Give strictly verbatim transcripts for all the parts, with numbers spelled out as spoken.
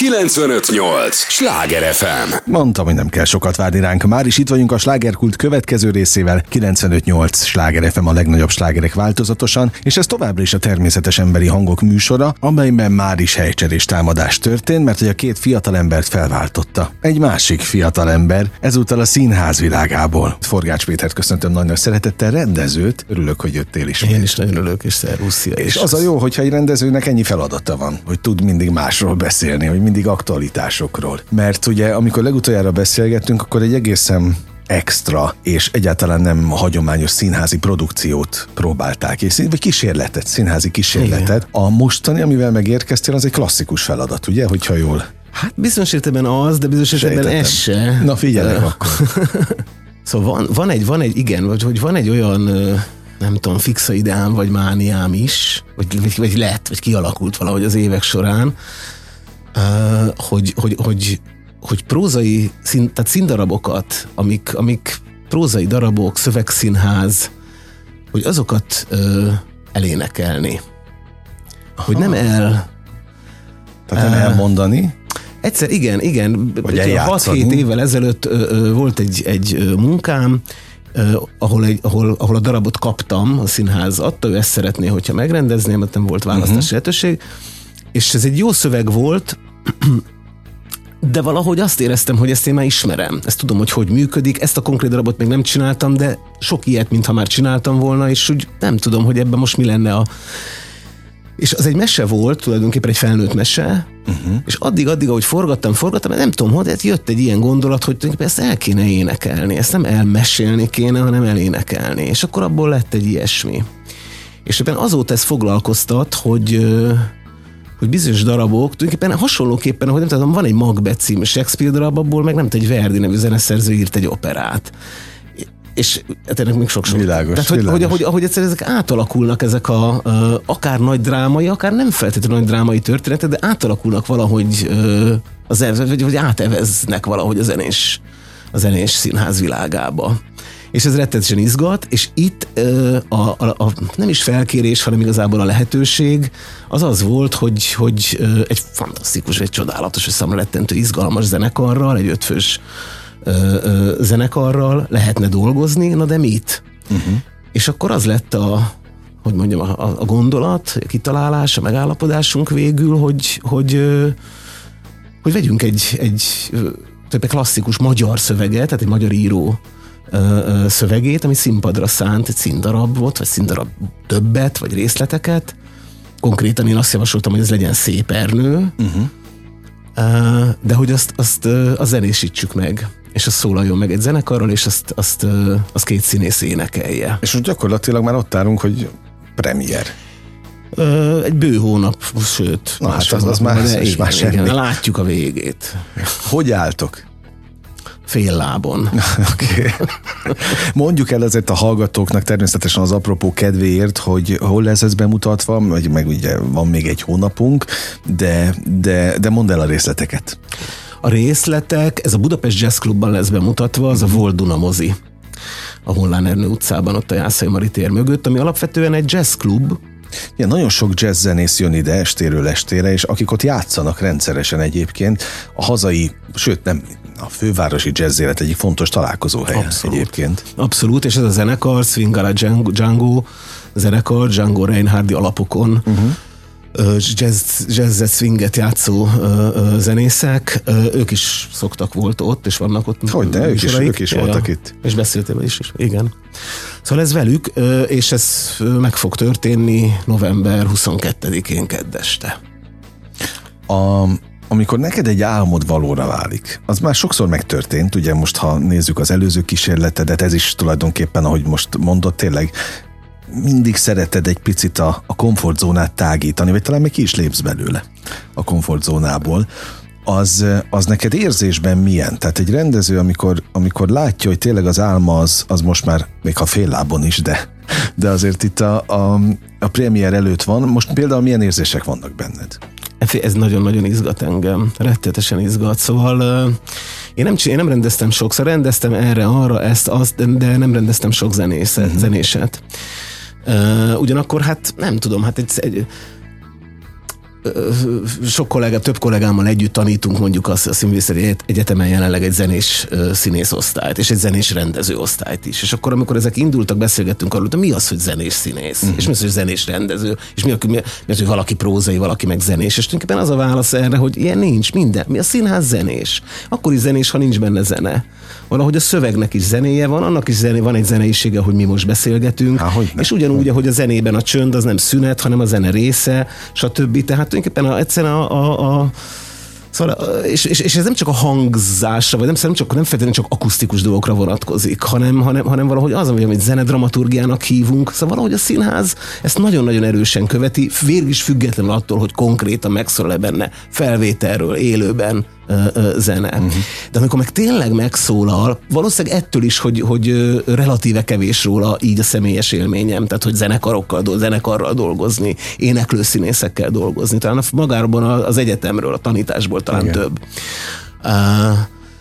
kilencvenöt nyolc Sláger ef em. Mondtam, hogy nem kell sokat várni ránk. Már is itt vagyunk a Slágerkult következő részével. kilencvenöt nyolc Sláger ef em, a legnagyobb slágerek változatosan, és ez továbbra is a természetes emberi hangok műsora, amelyben már is helycserés támadás történt, mert hogy a két fiatalembert felváltotta egy másik fiatalember, ezúttal a színház világából. Forgács Pétert köszöntöm nagy szeretettel, rendezőt. Örülök, hogy jöttél is. Én is nagyon örülök, és szervusz. És az a jó, hogyha egy rendezőnek ennyi feladata van, hogy tud mindig másról beszélni, hogy mindig aktualitásokról. Mert ugye, amikor legutoljára beszélgettünk, akkor egy egészen extra és egyáltalán nem hagyományos színházi produkciót próbálták készíteni, vagy kísérletet, színházi kísérletet. Igen. A mostani, amivel megérkeztél, az egy klasszikus feladat, ugye, hogyha jól... Hát bizonyos értelemben az, de bizonyos értelemben ez se. Na figyelek akkor. Szóval van, van egy, van egy, igen, vagy hogy van egy olyan, nem tudom, fixa ideám, vagy mániám is, vagy, vagy lett, vagy kialakult valahogy az évek során, hogy, hogy, hogy, hogy prózai, szín, tehát színdarabokat, amik, amik prózai darabok, szövegszínház, hogy azokat ö, elénekelni. Aha. Hogy nem el... Tehát nem elmondani? Egyszer, igen, igen. hat-hét évvel ezelőtt ö, ö, volt egy, egy munkám, ö, ahol, egy, ahol, ahol a darabot kaptam, a színház adta, ő ezt szeretné, hogyha megrendezném, mert nem volt választási uh-huh. lehetőség, és ez egy jó szöveg volt, de valahogy azt éreztem, hogy ezt én már ismerem. Ezt tudom, hogy hogy működik, ezt a konkrét darabot még nem csináltam, de sok ilyet, mintha már csináltam volna, és úgy nem tudom, hogy ebben most mi lenne a... És az egy mese volt, tulajdonképpen egy felnőtt mese, uh-huh. és addig-addig, ahogy forgattam, forgattam, nem tudom, hogy jött egy ilyen gondolat, hogy ezt el kéne énekelni, ezt nem elmesélni kéne, hanem elénekelni. És akkor abból lett egy ilyesmi. És ebben azóta ez foglalkoztat, hogy... hogy bizonyos darabok, tulajdonképpen hasonlóképpen, ahogy nem tudom, van egy Macbeth című Shakespeare darab, abból meg nem tudom, egy Verdi nevű zeneszerző írt egy operát. És ennek még sok-sok. Világos, Tehát, hogy, világos. hogy, ahogy, ahogy egyszer ezek átalakulnak, ezek a, a akár nagy drámai, akár nem feltétlenül nagy drámai történetek, de átalakulnak valahogy, az, vagy, vagy áteveznek valahogy a zenés, a zenés színház világába. És ez rettenetesen izgat, és itt a, a, a, nem is felkérés, hanem igazából a lehetőség az az volt, hogy, hogy egy fantasztikus, egy csodálatos, és számomra rettentő izgalmas zenekarral, egy ötfős zenekarral lehetne dolgozni, na de mit? Uh-huh. És akkor az lett a, hogy mondjam, a, a gondolat, a kitalálás, a megállapodásunk végül, hogy, hogy, hogy vegyünk egy, egy többé klasszikus magyar szöveget, tehát egy magyar író szövegét, ami színpadra szánt egy színdarabot, vagy színdarab többet, vagy részleteket. Konkrétan én azt javasoltam, hogy ez legyen Szép Ernő, uh-huh. de hogy azt, azt, azt zenésítsük meg, és azt szólaljon meg egy zenekarral, és azt, azt, azt két színész énekelje. És most gyakorlatilag már ott állunk, hogy premier. Egy bő hónap, sőt. Na hát az, az már, igen, már igen, igen, látjuk a végét. Hogy álltok? Fél lábon. Okay. Mondjuk el azért a hallgatóknak természetesen az apropó kedvéért, hogy hol lesz ez bemutatva, vagy meg ugye van még egy hónapunk, de, de, de mondd el a részleteket. A részletek, ez a Budapest Jazz Clubban lesz bemutatva, az a Volt Duna mozi, a Hollán Ernő utcában, ott a Jászai Mari tér mögött, ami alapvetően egy jazz klub. Ja, nagyon sok jazz zenész jön ide estéről estére, és akik ott játszanak rendszeresen egyébként, a hazai, sőt nem, a fővárosi jazz élet egyik fontos találkozóhelye egyébként. Abszolút, és ez a zenekar, Swingala Django zenekar, Django Reinhardi alapokon, uh-huh. jazz, jazzet, swinget játszó zenészek, ők is szoktak volt ott, és vannak ott. Hogyne, ők is, ők is voltak ja, itt. És beszéltem is, is, igen. Szóval ez velük, és ez meg fog történni november huszonkettedikén keddeste. A, amikor neked egy álmod valóra válik, az már sokszor megtörtént, ugye most ha nézzük az előző kísérletedet, ez is tulajdonképpen, ahogy most mondod, tényleg mindig szereted egy picit a, a komfortzónát tágítani, vagy talán még ki is lépsz belőle a komfortzónából. Az, az neked érzésben milyen? Tehát egy rendező, amikor, amikor látja, hogy tényleg az álma az, az most már, még ha fél lábon is, de, de azért itt a, a, a premier előtt van. Most például milyen érzések vannak benned? Ez nagyon-nagyon izgat engem, rettetesen izgat. Szóval én nem, én nem rendeztem sokszor, rendeztem erre, arra, ezt, azt, de nem rendeztem sok zenészet, uh-huh. zenéset. Ugyanakkor hát nem tudom, hát egy, egy sok kollégá, több kollégámmal együtt tanítunk mondjuk a, a Színművészeti Egyetemen jelenleg egy zenés színészosztályt, és egy zenés rendezőosztályt is. És akkor, amikor ezek indultak, beszélgettünk arról, hogy mi az, hogy zenés színész, uh-huh. és mi az, hogy zenés rendező, és mi, mi, mi az, hogy valaki prózai, valaki meg zenés. És tulajdonképpen az a válasz erre, hogy ilyen nincs, minden. Mi a színház zenés. Akkor is zenés, ha nincs benne zene. Valahogy a szövegnek is zenéje van, annak is zené, van egy zeneisége, hogy mi most beszélgetünk, Há, és ugyanúgy, ahogy a zenében a csönd, az nem szünet, hanem a zene része, stb. Tehát tulajdonképpen a, egyszerűen a, a, a Szóval, és, és, és ez nem csak a hangzásra, vagy nem, nem, csak, nem feltétlenül csak akusztikus dolgokra vonatkozik, hanem, hanem, hanem valahogy az, amit zenedramaturgiának hívunk. Szóval valahogy a színház ezt nagyon-nagyon erősen követi, végig is függetlenül attól, hogy konkrétan megszólal benne felvételről, élőben ö, ö, zene. Uh-huh. De amikor meg tényleg megszólal, valószínűleg ettől is, hogy, hogy relatíve kevés róla így a személyes élményem, tehát hogy zenekarokkal, zenekarral dolgozni, éneklő színészekkel dolgozni, talán magában az egyetemről, a tanításból talán Igen. több. Uh,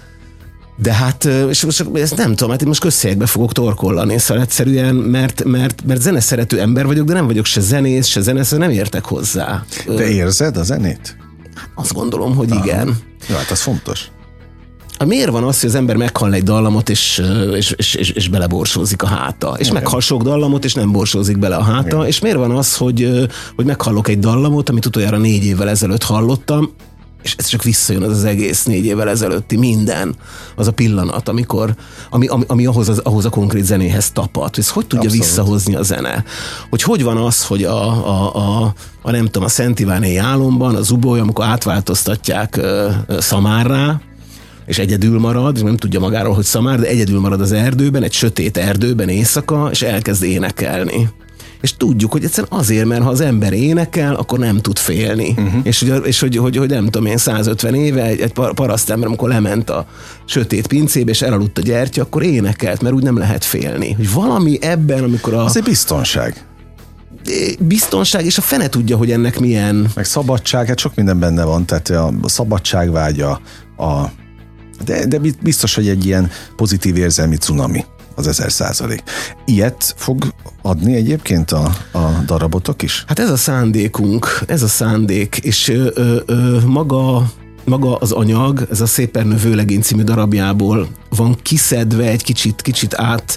de hát, és most ezt nem tudom, hát én most közszélyekbe fogok torkollani, szóval egyszerűen, mert, mert, mert zeneszerető ember vagyok, de nem vagyok se zenész, se zenész, nem értek hozzá. De érzed a zenét? Azt gondolom, hogy Aha. igen. Ja, hát az fontos. Miért van az, hogy az ember meghall egy dallamot, és, és, és, és, és beleborsózik a háta? És Igen. meghall sok dallamot, és nem borsózik bele a háta? Igen. És miért van az, hogy, hogy meghallok egy dallamot, amit utoljára négy évvel ezelőtt hallottam, és ez csak visszajön az az egész négy évvel ezelőtti minden, az a pillanat, amikor, ami, ami, ami ahhoz, az, ahhoz a konkrét zenéhez tapad. Ez hogy tudja Abszolút. Visszahozni a zene? Hogy hogy van az, hogy a, a, a, a nem tudom, a Szent Ivánéi álomban az uboly, amikor átváltoztatják uh, Szamárrá, és egyedül marad, nem tudja magáról, hogy Szamár, de egyedül marad az erdőben, egy sötét erdőben éjszaka, és elkezd énekelni. És tudjuk, hogy egyszerűen azért, mert ha az ember énekel, akkor nem tud félni. Uh-huh. És, hogy, és hogy, hogy, hogy nem tudom én, százötven éve egy, egy parasztember, amikor lement a sötét pincébe, és elaludt a gyertya, akkor énekelt, mert úgy nem lehet félni. Hogy valami ebben, amikor a... Az egy biztonság. Biztonság, és a fene tudja, hogy ennek milyen... Meg szabadság, hát sok minden benne van, tehát a szabadságvágya, a... De, de biztos, hogy egy ilyen pozitív érzelmi cunami az ezer százalék. Ilyet fog adni egyébként a, a darabotok is? Hát ez a szándékunk, ez a szándék, és ö, ö, maga, maga az anyag, ez a Szépernő Vőlegény című darabjából van kiszedve, egy kicsit, kicsit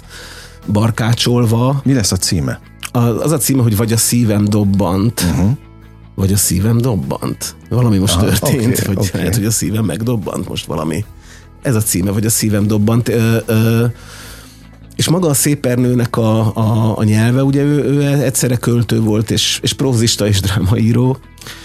átbarkácsolva. Mi lesz a címe? A, az a címe, hogy Vagy a szívem dobbant. Uh-huh. Vagy a szívem dobbant. Valami most Aha, történt, okay, vagy okay. lehet, hogy a szívem megdobbant most valami. Ez a címe, Vagy a szívem dobbant. Ö, ö, és maga a Szépernőnek a, a, a nyelve, ugye ő, ő egyszerre költő volt, és, és prózista és drámaíró,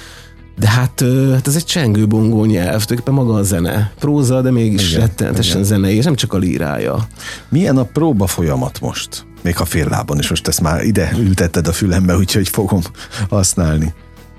de hát, hát ez egy csengő-bongó nyelv, tulajdonképpen maga a zene. Próza, de mégis igen, rettenetesen zenei, és nem csak a lírája. Milyen a próba folyamat most? Még ha fél lábon, és most ezt már ide ültetted a fülembe, úgyhogy fogom használni.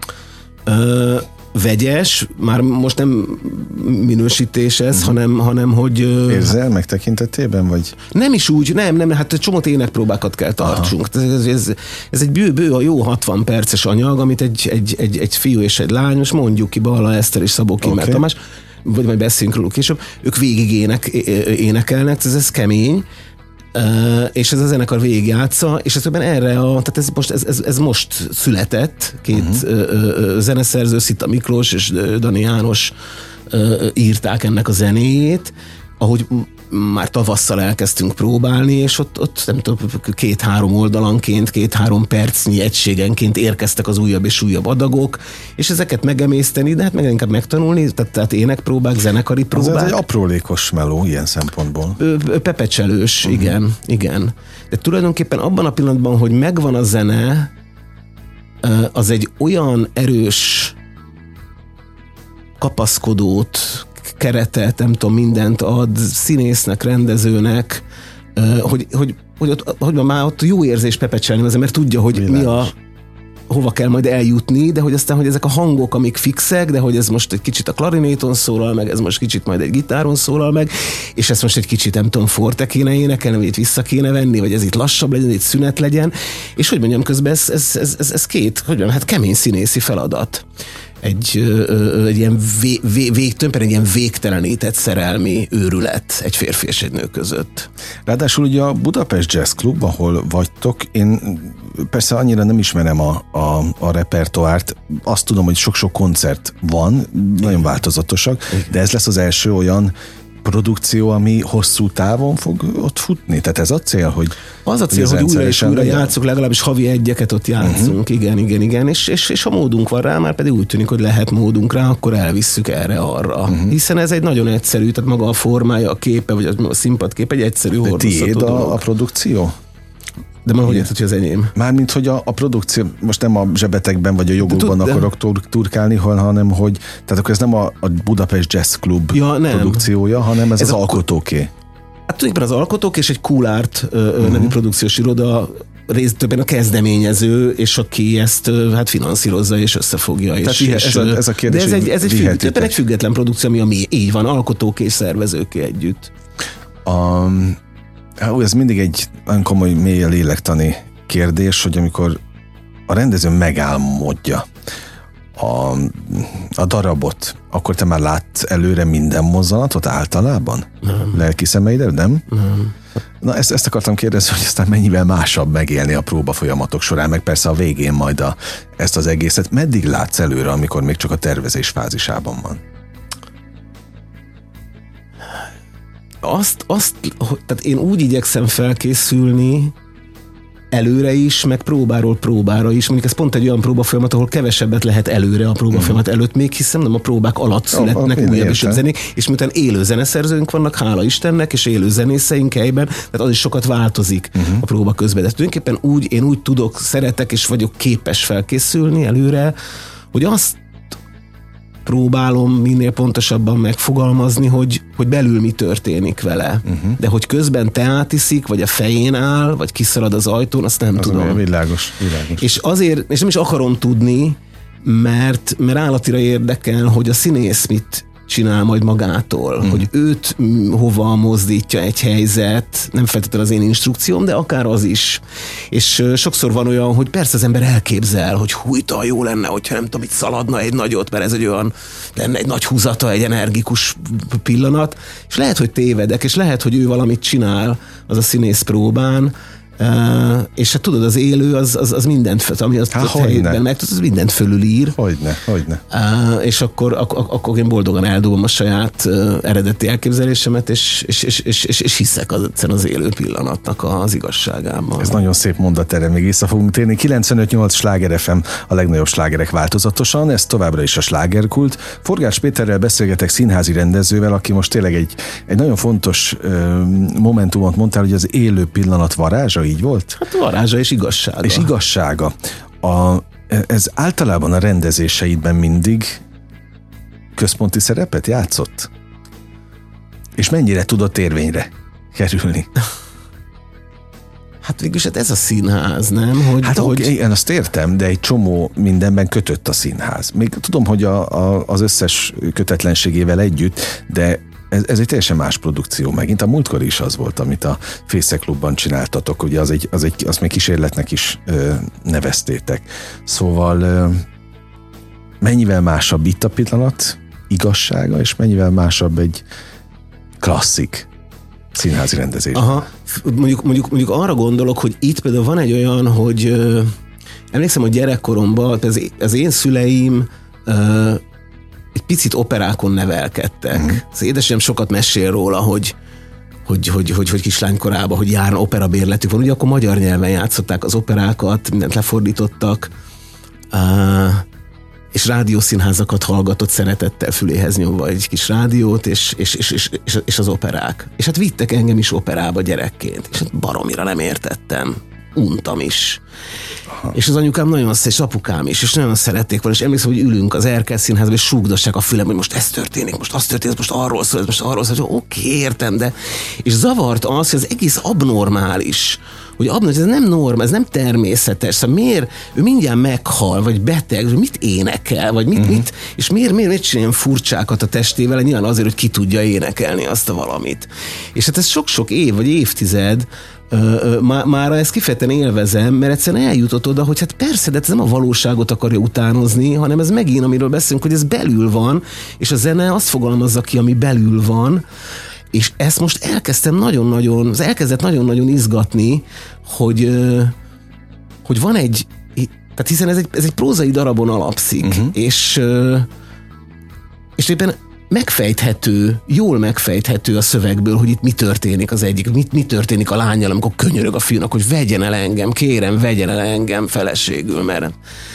Ö, vegyes, már most nem minősítés ez, mm. hanem, hanem hogy... Érzel megtekintetében, vagy? Nem is úgy, nem, nem, hát csomó énekpróbákat kell tartsunk. Ez, ez, ez egy bő, bő, a jó hatvan perces anyag, amit egy, egy, egy, egy fiú és egy lány, most mondjuk ki Balla Eszter és Szabó Kimmel okay. Tamás, vagy majd beszélünk róluk később, ők végig ének, énekelnek, ez, ez kemény, Uh, és ez a zenekar végigjátsza, és ez erre a, tehát ez most, ez, ez, ez most született, két uh-huh. uh, uh, zeneszerző, Szita Miklós és Dani János uh, írták ennek a zenéjét, ahogy már tavasszal elkezdtünk próbálni, és ott, ott nem tudom, két-három oldalanként, két-három percnyi egységenként érkeztek az újabb és újabb adagok, és ezeket megemészteni, de hát meg inkább megtanulni, tehát, tehát énekpróbák, zenekari próbák. Ez egy aprólékos meló ilyen szempontból. Pepecselős, uh-huh. igen, igen. De tulajdonképpen abban a pillanatban, hogy megvan a zene, az egy olyan erős kapaszkodót, keretet, nem tudom, mindent ad színésznek, rendezőnek, hogy, hogy, hogy, ott, hogy már ott jó érzés pepecselni, azért, mert tudja, hogy Világos. mi a hova kell majd eljutni, de hogy aztán, hogy ezek a hangok, amik fixek, de hogy ez most egy kicsit a klarinéton szólal meg, ez most kicsit majd egy gitáron szólal meg, és ezt most egy kicsit, nem tudom, forte kéne énekelni, vagy itt vissza kéne venni, vagy ez itt lassabb legyen, itt szünet legyen, és hogy mondjam, közben ez, ez, ez, ez, ez két, hogy mondjam, hát kemény színészi feladat. egy, ö, egy ilyen vé, vé, vég, többen egy ilyen végtelenített szerelmi őrület egy férfi és egy nő között. Ráadásul ugye a Budapest Jazz Club, ahol vagytok, én persze annyira nem ismerem a, a, a repertoárt, azt tudom, hogy sok-sok koncert van, nagyon változatosak, de ez lesz az első olyan produkció, ami hosszú távon fog ott futni? Tehát ez a cél, hogy az a cél, hogy, hogy újra és újra játszunk, legalábbis havi egyeket ott játszunk, uh-huh. igen, igen, igen, és, és, és ha módunk van rá, már pedig úgy tűnik, hogy lehet módunk rá, akkor elvisszük erre-arra. Uh-huh. Hiszen ez egy nagyon egyszerű, tehát maga a formája, a képe, vagy a színpadkép egy egyszerű hordozható tiéd dolog. A, a produkció? De már hogy érted, hogy az enyém? Mármint, hogy a, a produkció, most nem a zsebetekben vagy a jogokban de, akarok tur, turkálni, hanem hogy, tehát akkor ez nem a, a Budapest Jazz Club ja, produkciója, hanem ez, ez az a, alkotóké. Hát tulajdonképpen az alkotók és egy Cool Art uh-huh. nevű produkciós iroda részt többen a kezdeményező, és aki ezt hát finanszírozza és összefogja. Tehát és, és, ez, a, ez a kérdés, de ez egy, ez egy függ, többen egy független produkció, ami, ami így van, alkotók és szervezőké együtt. Um, Ez mindig egy nagyon komoly, mély lélektani kérdés, hogy amikor a rendező megálmodja a, a darabot, akkor te már látsz előre minden mozzanatot általában? Nem. Lelki szemeidre, nem? Nem. Na ezt, ezt akartam kérdezni, hogy aztán mennyivel másabb megélni a próba folyamatok során, meg persze a végén majd a, ezt az egészet. Meddig látsz előre, amikor még csak a tervezés fázisában van? Azt, azt, tehát én úgy igyekszem felkészülni előre is, meg próbáról próbára is. Mondjuk ez pont egy olyan próbafolyamat, ahol kevesebbet lehet előre a próbafolyamat mm. előtt még, hiszem, nem a próbák alatt születnek oh, újabb és zenék, és miután élő zeneszerzőink vannak, hála Istennek, és élő zenészeink helyben, tehát az is sokat változik mm-hmm. a próba közben. De tulajdonképpen úgy, én úgy tudok, szeretek és vagyok képes felkészülni előre, hogy azt próbálom minél pontosabban megfogalmazni, hogy, hogy belül mi történik vele. Uh-huh. De hogy közben teátiszik, vagy a fején áll, vagy kiszalad az ajtón, azt nem az tudom. Világos, világos. És azért, és nem is akarom tudni, mert, mert állatira érdekel, hogy a színész mit csinál majd magától, uh-huh. hogy őt hova mozdítja egy helyzet, nem feltétlenül az én instrukcióm, de akár az is. És sokszor van olyan, hogy persze az ember elképzel, hogy hújta, jó lenne, hogyha nem tudom, itt szaladna egy nagyot, mert ez egy olyan, lenne egy nagy húzata, egy energikus pillanat, és lehet, hogy tévedek, és lehet, hogy ő valamit csinál az a színész próbán, Uh, és hát tudod, az élő az, az, az mindent föl, ami az helyében meg, az mindent fölülír. Hogyne, hogyne. Uh, és akkor, ak- akkor én boldogan eldobom a saját uh, eredeti elképzelésemet, és, és, és, és, és, és hiszek az, az élő pillanatnak az igazságában. Ez nagyon szép mondat, erre még vissza fogunk térni. kilencvenöt nyolc Sláger ef em, a legnagyobb slágerek változatosan, ez továbbra is a slágerkult. Forgács Péterrel beszélgetek, színházi rendezővel, aki most tényleg egy, egy nagyon fontos uh, momentumot mondtál, hogy az élő pillanat varázsa, így volt? Hát varázsa és igazsága. És igazsága. A, ez általában a rendezéseidben mindig központi szerepet játszott? És mennyire tudott érvényre kerülni? Hát végülis hát ez a színház, nem? Hogy, hát hogy... Okay, én azt értem, de egy csomó mindenben kötött a színház. Még tudom, hogy a, a, az összes kötetlenségével együtt, de Ez, ez egy teljesen más produkció megint. A múltkor is az volt, amit a Fészek Klubban csináltatok, ugye az egy, az egy, azt még kísérletnek is ö, neveztétek. Szóval ö, mennyivel másabb itt a pillanat igazsága, és mennyivel másabb egy klasszik színházi rendezés. Aha, mondjuk, mondjuk, mondjuk arra gondolok, hogy itt például van egy olyan, hogy ö, emlékszem, hogy gyerekkoromban az, az én szüleim ö, egy picit operákon nevelkedtek. Mm. Az édesem sokat mesél róla, hogy, hogy, hogy, hogy, hogy kislánykorában, hogy járna operabérletük van. Ugye akkor magyar nyelven játszották az operákat, mindent lefordítottak, és rádiószínházakat hallgatott szeretettel füléhez nyomva egy kis rádiót, és, és, és, és, és az operák. És hát vittek engem is operába gyerekként, és hát baromira nem értettem. Untam is. Aha. És az anyukám nagyon szeret, és apukám is, és nagyon szerették volna, és emlékszem, hogy ülünk az Erkel Színházban, és súgdossák a fülem, hogy most ez történik, most az történik, most arról szól, most arról szól, hogy oké, értem, de... És zavart az, hogy az egész abnormális, hogy abnormális, ez nem norma, ez nem természetes, szóval miért ő mindjárt meghal, vagy beteg, hogy mit énekel, vagy mit, uh-huh. mit, és miért, miért, miért csináljon furcsákat a testével, nyilván azért, hogy ki tudja énekelni azt a valamit. És hát ez sok-sok év, vagy évtized, Má, mára ezt kifejezetten élvezem, mert egyszerűen eljutott oda, hogy hát persze, de ez nem a valóságot akarja utánozni, hanem ez megint, amiről beszélünk, hogy ez belül van, és a zene azt fogalmazza ki, ami belül van, és ezt most elkezdtem nagyon-nagyon, az elkezdett nagyon-nagyon izgatni, hogy, hogy van egy, tehát hiszen ez egy, ez egy prózai darabon alapszik, uh-huh. és, és éppen megfejthető, jól megfejthető a szövegből, hogy itt mi történik az egyik, mi, mi történik a lánnyal, amikor könyörög a fiúnak, hogy vegyen el engem, kérem, vegyen el engem feleségül, mert...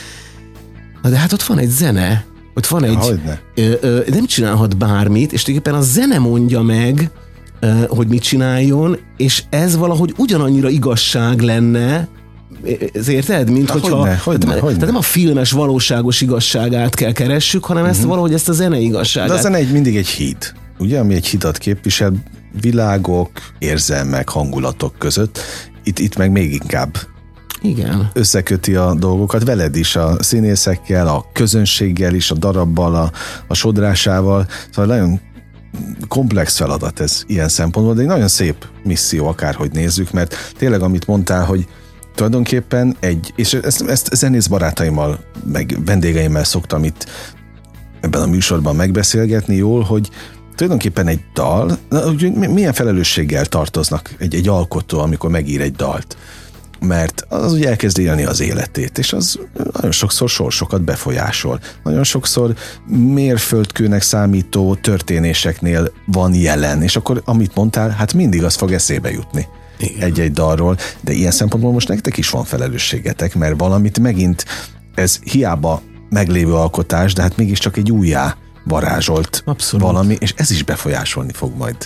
Na de hát ott van egy zene, ott van egy... Ö, ö, nem csinálhat bármit, és tulajdonképpen a zene mondja meg, ö, hogy mit csináljon, és ez valahogy ugyanannyira igazság lenne, ez érted? Mint ha, hogyha... Hogyne, hogyne, tehát, hogyne. tehát nem a filmes valóságos igazságát kell keressük, hanem ezt uh-huh. valahogy ezt a zene igazságát. De a zene egy, mindig egy híd, ugye? Ami egy hidat képvisel világok, érzelmek, hangulatok között. Itt, itt meg még inkább igen. összeköti a dolgokat veled is, a színészekkel, a közönséggel is, a darabbal, a, a sodrásával. Szóval nagyon komplex feladat ez ilyen szempontból, de egy nagyon szép misszió, akárhogy nézzük, mert tényleg, amit mondtál, hogy tulajdonképpen egy, és ezt, ezt zenész barátaimmal, meg vendégeimmel szoktam itt ebben a műsorban megbeszélgetni jól, hogy tulajdonképpen egy dal, milyen felelősséggel tartoznak egy, egy alkotó, amikor megír egy dalt. Mert az ugye elkezd élni az életét, és az nagyon sokszor sorsokat befolyásol. Nagyon sokszor mérföldkőnek számító történéseknél van jelen, és akkor, amit mondtál, hát mindig az fog eszébe jutni. Igen. Egy-egy dalról, de ilyen szempontból most nektek is van felelősségetek, mert valamit megint, ez hiába meglévő alkotás, de hát mégiscsak egy újjá varázsolt Abszolút. Valami, és ez is befolyásolni fog majd.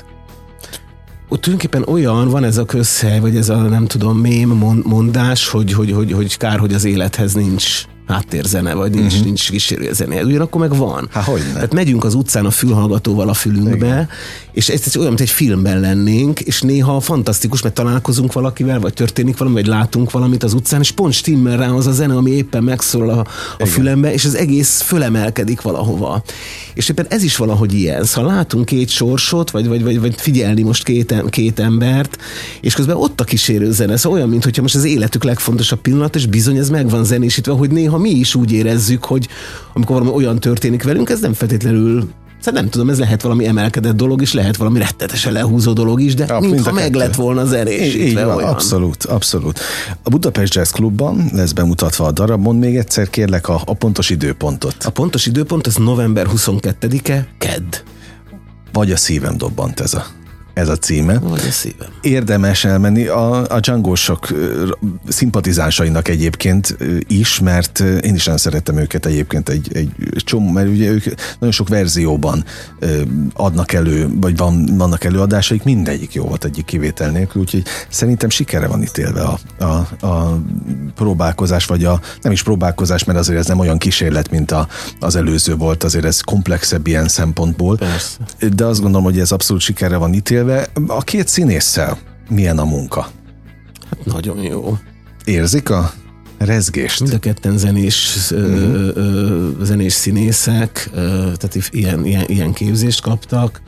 Ott tulajdonképpen olyan, van ez a közhely, vagy ez a nem tudom, mém mondás, hogy, hogy, hogy, hogy kár, hogy az élethez nincs háttérzene, vagy nincs, uh-huh. nincs kísérőzene. Ugyanakkor meg van. Há, hogyne. Tehát megyünk az utcán a fülhallgatóval a fülünkbe, igen. és ez olyan, mint egy filmben lennénk, és néha fantasztikus, mert találkozunk valakivel, vagy történik valami, vagy látunk valamit az utcán, és pont stimmel rá az a zene, ami éppen megszólal a, a fülembe, és az egész fölemelkedik valahova. És éppen ez is valahogy ilyen. Szóval látunk két sorsot, vagy, vagy, vagy, vagy figyelni most két, két embert, és közben ott a kísérő zene. Szóval olyan, mintha most az életük legfontosabb pillanat, és bizony ez meg van zenésítve, hogy néha mi is úgy érezzük, hogy amikor valami olyan történik velünk, ez nem feltétlenül, szóval nem tudom, ez lehet valami emelkedett dolog is, lehet valami rettetesen lehúzó dolog is, de ja, mintha meg lett volna zenésítve olyan. Abszolút, abszolút. A Budapest Jazz Klubban lesz bemutatva a darab, mondd még egyszer kérlek a, a pontos időpontot. A pontos időpont az november huszonkettedike, kedd. Vagy a szívem dobbant ez a ez a címe. Vagy a szívem. Érdemes elmenni a, a Django-sok szimpatizánsainak egyébként is, mert én is nagyon szerettem őket egyébként egy, egy csomó, mert ugye ők nagyon sok verzióban adnak elő, vagy van, vannak előadásaik, mindegyik jó volt egyik kivétel nélkül, úgyhogy szerintem sikerre van ítélve a, a, a próbálkozás, vagy a nem is próbálkozás, mert azért ez nem olyan kísérlet, mint a, az előző volt, azért ez komplexebb ilyen szempontból. Persze. De azt gondolom, hogy ez abszolút sikerre van ítélve. A két színésszel milyen a munka? Hát nagyon jó. Érzik a rezgést? Mind a ketten zenés, mm-hmm. ö, ö, zenés színészek, ö, tehát ilyen, ilyen, ilyen képzést kaptak.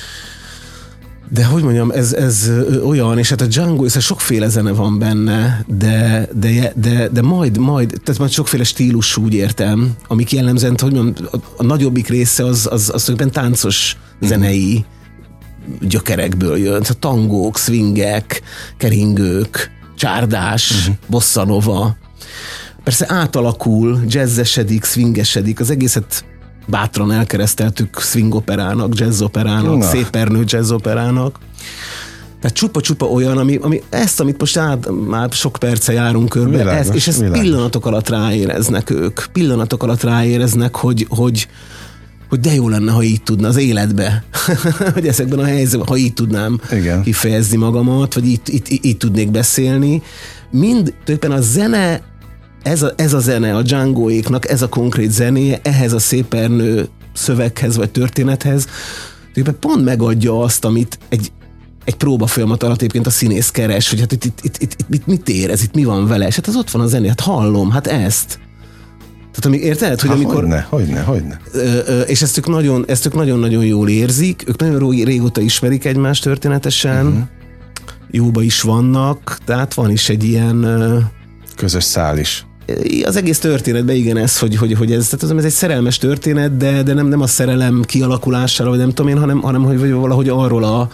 De hogy mondjam, ez, ez olyan, és hát a Django, ez sokféle zene van benne, de, de, de, de majd, majd, tehát majd sokféle stílus úgy értem, amik jellemzően, hogy mondjam, a, a nagyobbik része az, az, az tulajdonképpen táncos zenei gyökerekből jön, tehát tangók, swingek, keringők, csárdás, uh-huh. bossa nova. Persze átalakul, jazzesedik, swingesedik, az egészet bátran elkereszteltük swingoperának, jazzoperának, szépernő jazzoperának. Tehát csupa-csupa olyan, ami, ami ezt, amit most át, már sok perce járunk körbe, világos, ez, és ezt világos. Pillanatok alatt ráéreznek ők. Pillanatok alatt ráéreznek, hogy, hogy hogy de jó lenne, ha így tudna az életbe, hogy ezekben a helyzetben, ha így tudnám igen. kifejezni magamat, vagy így, így, így tudnék beszélni. Mind tulajdonképpen a zene, ez a, ez a zene, a Djangoéknak, ez a konkrét zenéje, ehhez a szépernő szöveghez, vagy történethez, tulajdonképpen pont megadja azt, amit egy, egy próba folyamat alatt egyébként a színész keres, hogy hát itt, itt, itt, itt, itt mit érez, itt mi van vele, és hát az ott van a zené, hát hallom, hát ezt. Tehát, ami, érted? Hogy ha, amikor, hogyne, hogyne, hogyne. Ö, ö, és ezt ők, nagyon, ezt ők nagyon-nagyon jól érzik, ők nagyon régóta ismerik egymást történetesen, uh-huh. jóba is vannak, tehát van is egy ilyen, ö, közös szál is. Az egész történetben igen ez, hogy, hogy, hogy ez, tehát ez egy szerelmes történet, de, de nem, nem a szerelem kialakulására, vagy nem tudom én, hanem, hanem hogy valahogy arról a,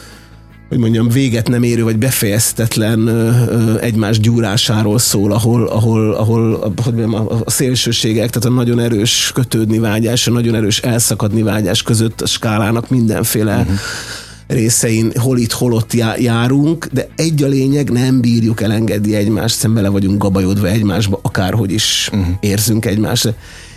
hogy mondjam, véget nem érő, vagy befejeztetlen ö, ö, egymás gyúrásáról szól, ahol, ahol, ahol hogy mondjam, a, a szélsőségek, tehát a nagyon erős kötődni vágyás, a nagyon erős elszakadni vágyás között a skálának mindenféle uh-huh. részein hol itt, hol ott járunk, de egy a lényeg, nem bírjuk elengedni egymást, szemben le vagyunk gabajodva egymásba, akárhogy is uh-huh. érzünk egymást.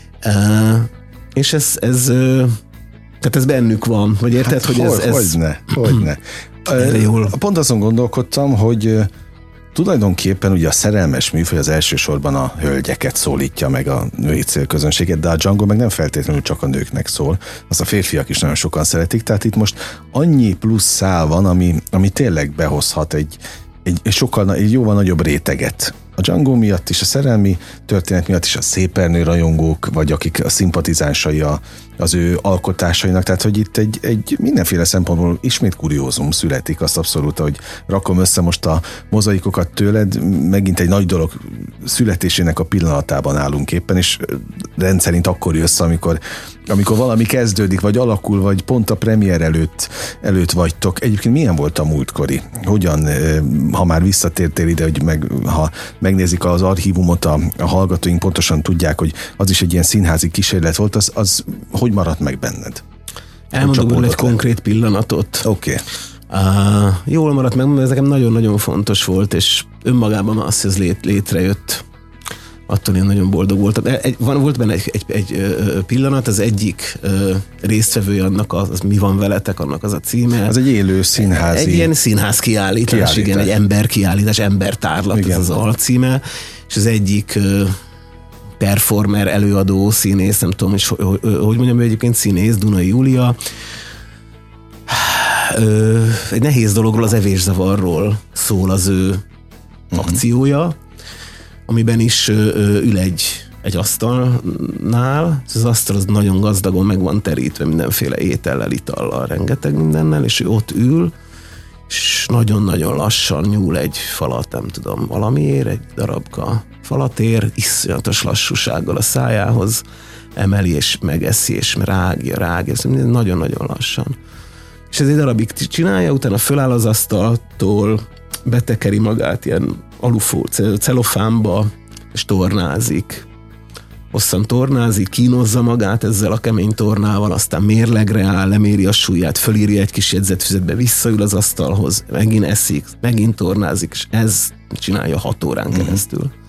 Uh, és ez, ez uh, tehát ez bennük van, vagy érted, hát, hogy ez... ez... Hogyne, hogyne. Jól. Pont azon gondolkodtam, hogy tulajdonképpen ugye a szerelmes műfaj az elsősorban a hölgyeket szólítja meg, a női célközönséget, de a Django meg nem feltétlenül csak a nőknek szól, azt a férfiak is nagyon sokan szeretik, tehát itt most annyi plusz szál van, ami, ami tényleg behozhat egy, egy, egy sokkal egy jóval nagyobb réteget. A Django miatt is, a szerelmi történet miatt is, a szépernő rajongók, vagy akik a szimpatizánsai a, az ő alkotásainak, tehát hogy itt egy, egy mindenféle szempontból ismét kuriózum születik, azt abszolút, hogy rakom össze most a mozaikokat tőled, megint egy nagy dolog születésének a pillanatában állunk éppen, és rendszerint akkor jössz, amikor, amikor valami kezdődik, vagy alakul, vagy pont a premier előtt, előtt vagytok. Egyébként milyen volt a múltkori? Hogyan, ha már visszatértél ide, hogy meg, ha megnézik az archívumot, a, a hallgatóink pontosan tudják, hogy az is egy ilyen színházi kísérlet volt, az, az hogy maradt meg benned? Elmondom volna egy konkrét pillanatot. Oké. Okay. Uh, jól maradt meg, mert ez nekem nagyon-nagyon fontos volt, és önmagában az, hogy ez lét, létrejött. Attól én nagyon boldog voltam. Egy, van, volt benne egy, egy, egy pillanat, az egyik ö, résztvevője annak, az, az Mi van veletek, annak az a címe. Az egy élő színházi. Egy ilyen színház kiállítás, kiállítás. Igen, egy ember kiállítás, embertárlat, igen. Ez az alcíme, és az egyik ö, performer, előadó, színész, nem tudom, hogy, hogy, hogy mondjam, ő egyébként színész, Dunai Júlia. Ö, egy nehéz dologról, az evészavarról szól az ő uh-huh. akciója, amiben is ö, ö, ül egy, egy asztalnál, az asztal az nagyon gazdagon meg van terítve mindenféle étellel, itallal, rengeteg mindennel, és ő ott ül, és nagyon-nagyon lassan nyúl egy falat, nem tudom, valamiért, egy darabka falat ér, iszonyatos lassúsággal a szájához emeli, és megeszi, és rágja, rágja, nagyon-nagyon lassan. És ez egy darabig csinálja, utána föláll az asztaltól, betekeri magát ilyen alufó, celofánba, és tornázik. Hosszan tornázik, kínozza magát ezzel a kemény tornával, aztán mérlegre áll, leméri a súlyát, fölírja egy kis jegyzetfüzetbe, visszaül az asztalhoz, megint eszik, megint tornázik, és ez csinálja hat órán keresztül. Uh-huh.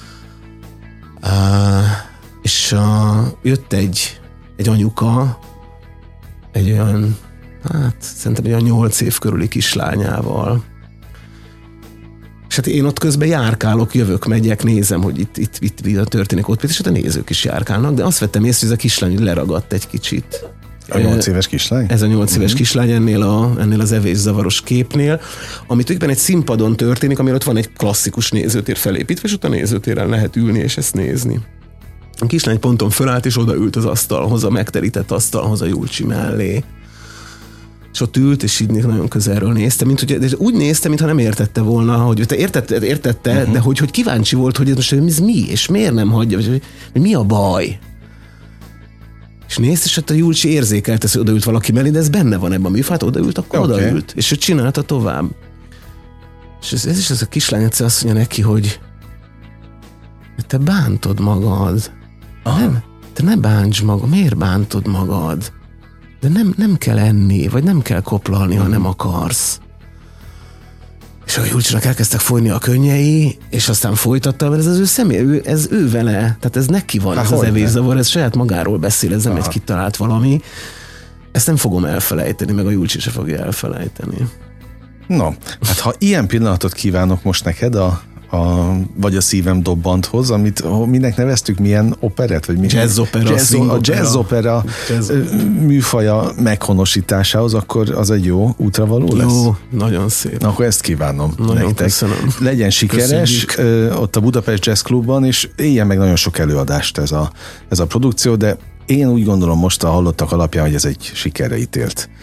Uh, és uh, jött egy, egy anyuka, egy olyan, hát szerintem egy olyan nyolc év körüli kislányával. És hát én ott közben járkálok, jövök, megyek, nézem, hogy itt, itt, itt, itt történik ott, és hát a nézők is járkálnak, de azt vettem észre, hogy ez a kislány leragadt egy kicsit. A nyolc éves kislány? Ez a nyolc éves uh-huh. kislány ennél, a, ennél az evészavaros képnél, amit tulajdonképpen egy színpadon történik, ami ott van egy klasszikus nézőtér felépítve, és ott a nézőtéren lehet ülni és ezt nézni. A kislány ponton fölállt, és odaült az asztalhoz, a megterített asztalhoz a Julcsi mellé. És ott ült, és így nagyon közelről nézte, mint hogy, de úgy nézte, mintha nem értette volna, hogy te értette, értette uh-huh. de hogy, hogy kíváncsi volt, hogy ez most ez mi, és miért nem hagyja, hogy, hogy mi a baj. És nézd, és ott a Julcsi érzékelte, hogy odaült valaki mellé, de ez benne van ebben a műfát, odaült, akkor okay. odaült, és ő csinálta tovább. És ez, ez is ez a kislány egyszer azt mondja neki, hogy te bántod magad. Nem, te ne bánts magad, miért bántod magad? De nem, nem kell enni, vagy nem kell koplalni, ha nem akarsz. És a Julcsinak elkezdtek folyni a könnyei, és aztán folytatta, mert ez az ő személy, ő, ez ő vele, tehát ez neki van, Há, ez az evészavar, ez saját magáról beszél, ez nem Aha. egy kitalált valami. Ezt nem fogom elfelejteni, meg a Julcsi se fogja elfelejteni. No, hát ha ilyen pillanatot kívánok most neked, a A, vagy a szívem dobbanthoz, amit minek neveztük, milyen operett? Vagy jazzopera. Jazz, a jazzopera jazz. műfaja meghonosításához, akkor az egy jó útravaló lesz? Jó, nagyon szép. Na, akkor ezt kívánom nagyon nektek. Köszönöm. Legyen sikeres Köszönjük. Ott a Budapest Jazz Clubban, és éljen meg nagyon sok előadást ez a, ez a produkció, de én úgy gondolom most a hallottak alapján, hogy ez egy sikerre ítélt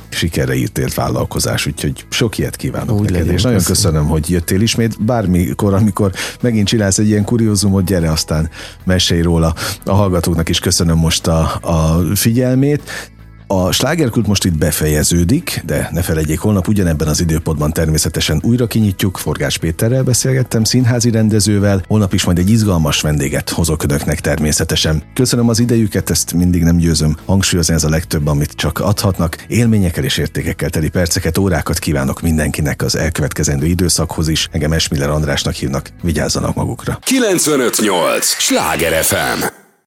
sikerre ítélt vállalkozás, úgyhogy sok ilyet kívánok Úgy neked, legyen, és nagyon köszönöm. köszönöm, hogy jöttél ismét. Bármikor, amikor megint csinálsz egy ilyen kuriózumot, gyere, aztán mesélj róla. A hallgatóknak is köszönöm most a, a figyelmét. A slágerkult most itt befejeződik, de ne felejtjék, holnap ugyanebben az időpontban természetesen újra kinyitjuk. Forgás Péterrel beszélgettem, színházi rendezővel. Holnap is majd egy izgalmas vendéget hozok önöknek természetesen. Köszönöm az idejüket, ezt mindig nem győzöm hangsúlyozni, ez a legtöbb, amit csak adhatnak. Élményekkel és értékekkel teli perceket, órákat kívánok mindenkinek az elkövetkezendő időszakhoz is. Engem Esmiller Andrásnak hívnak, vigyázzanak magukra. kilencvenöt nyolc Sláger ef em